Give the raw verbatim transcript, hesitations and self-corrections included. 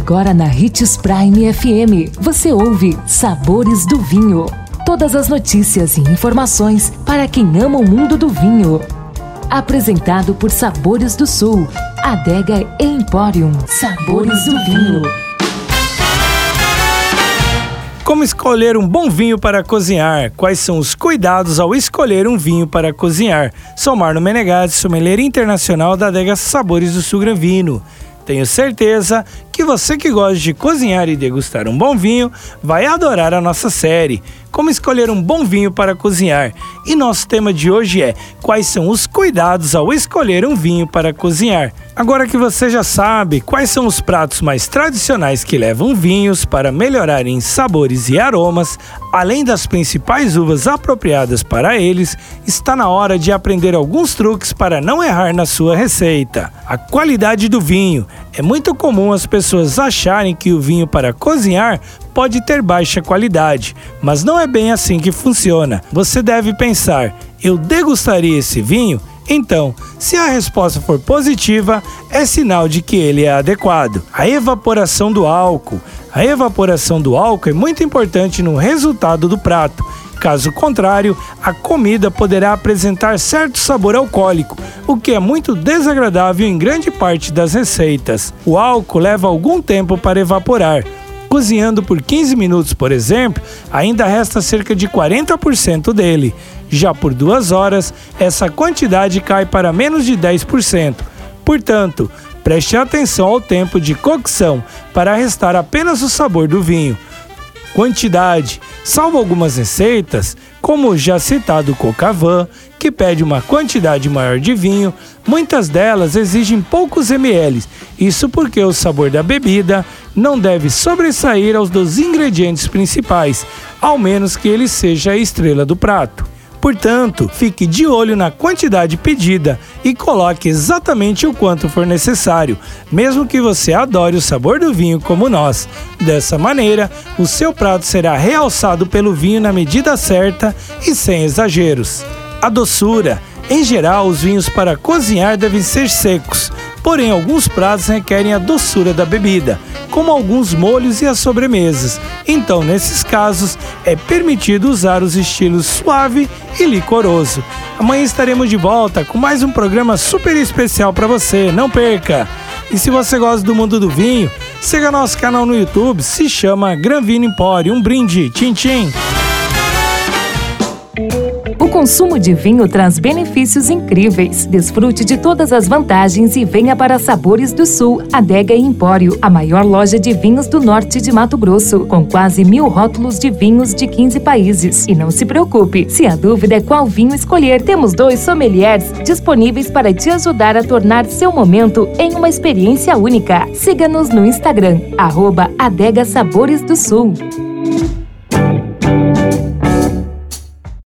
Agora na Hits Prime F M, você ouve Sabores do Vinho. Todas as notícias e informações para quem ama o mundo do vinho. Apresentado por Sabores do Sul, Adega Emporium. Sabores do Vinho. Como escolher um bom vinho para cozinhar? Quais são os cuidados ao escolher um vinho para cozinhar? Sou Marno Menegatti, sommelier internacional da Adega Sabores do Sul Granvino. Tenho certeza que você que gosta de cozinhar e degustar um bom vinho vai adorar a nossa série Como escolher um bom vinho para cozinhar. E nosso tema de hoje é: quais são os cuidados ao escolher um vinho para cozinhar? Agora que você já sabe quais são os pratos mais tradicionais que levam vinhos para melhorar em sabores e aromas, além das principais uvas apropriadas para eles, está na hora de aprender alguns truques para não errar na sua receita. A qualidade do vinho. É muito comum as pessoas acharem que o vinho para cozinhar pode ter baixa qualidade, mas não é bem assim que funciona. Você deve pensar: eu degustaria esse vinho? Então, se a resposta for positiva, é sinal de que ele é adequado. A evaporação do álcool. A evaporação do álcool é muito importante no resultado do prato. Caso contrário, a comida poderá apresentar certo sabor alcoólico, o que é muito desagradável em grande parte das receitas. O álcool leva algum tempo para evaporar. Cozinhando por quinze minutos, por exemplo, ainda resta cerca de quarenta por cento dele. Já por duas horas, essa quantidade cai para menos de dez por cento. Portanto, preste atenção ao tempo de cocção para restar apenas o sabor do vinho. Quantidade. Salvo algumas receitas, como o já citado Coq au vin, que pede uma quantidade maior de vinho, muitas delas exigem poucos ml. Isso porque o sabor da bebida não deve sobressair aos dos ingredientes principais, ao menos que ele seja a estrela do prato. Portanto, fique de olho na quantidade pedida e coloque exatamente o quanto for necessário, mesmo que você adore o sabor do vinho como nós. Dessa maneira, o seu prato será realçado pelo vinho na medida certa e sem exageros. A doçura. Em geral, os vinhos para cozinhar devem ser secos, porém alguns pratos requerem a doçura da bebida, como alguns molhos e as sobremesas. Então, nesses casos, é permitido usar os estilos suave e licoroso. Amanhã estaremos de volta com mais um programa super especial para você, não perca! E se você gosta do mundo do vinho, siga nosso canal no YouTube, se chama Granvino Emporium. Um brinde, tchim tchim! O consumo de vinho traz benefícios incríveis. Desfrute de todas as vantagens e venha para Sabores do Sul, Adega Empório, a maior loja de vinhos do norte de Mato Grosso, com quase mil rótulos de vinhos de quinze países. E não se preocupe, se a dúvida é qual vinho escolher, temos dois sommeliers disponíveis para te ajudar a tornar seu momento em uma experiência única. Siga-nos no Instagram, arroba Adega Sabores do Sul.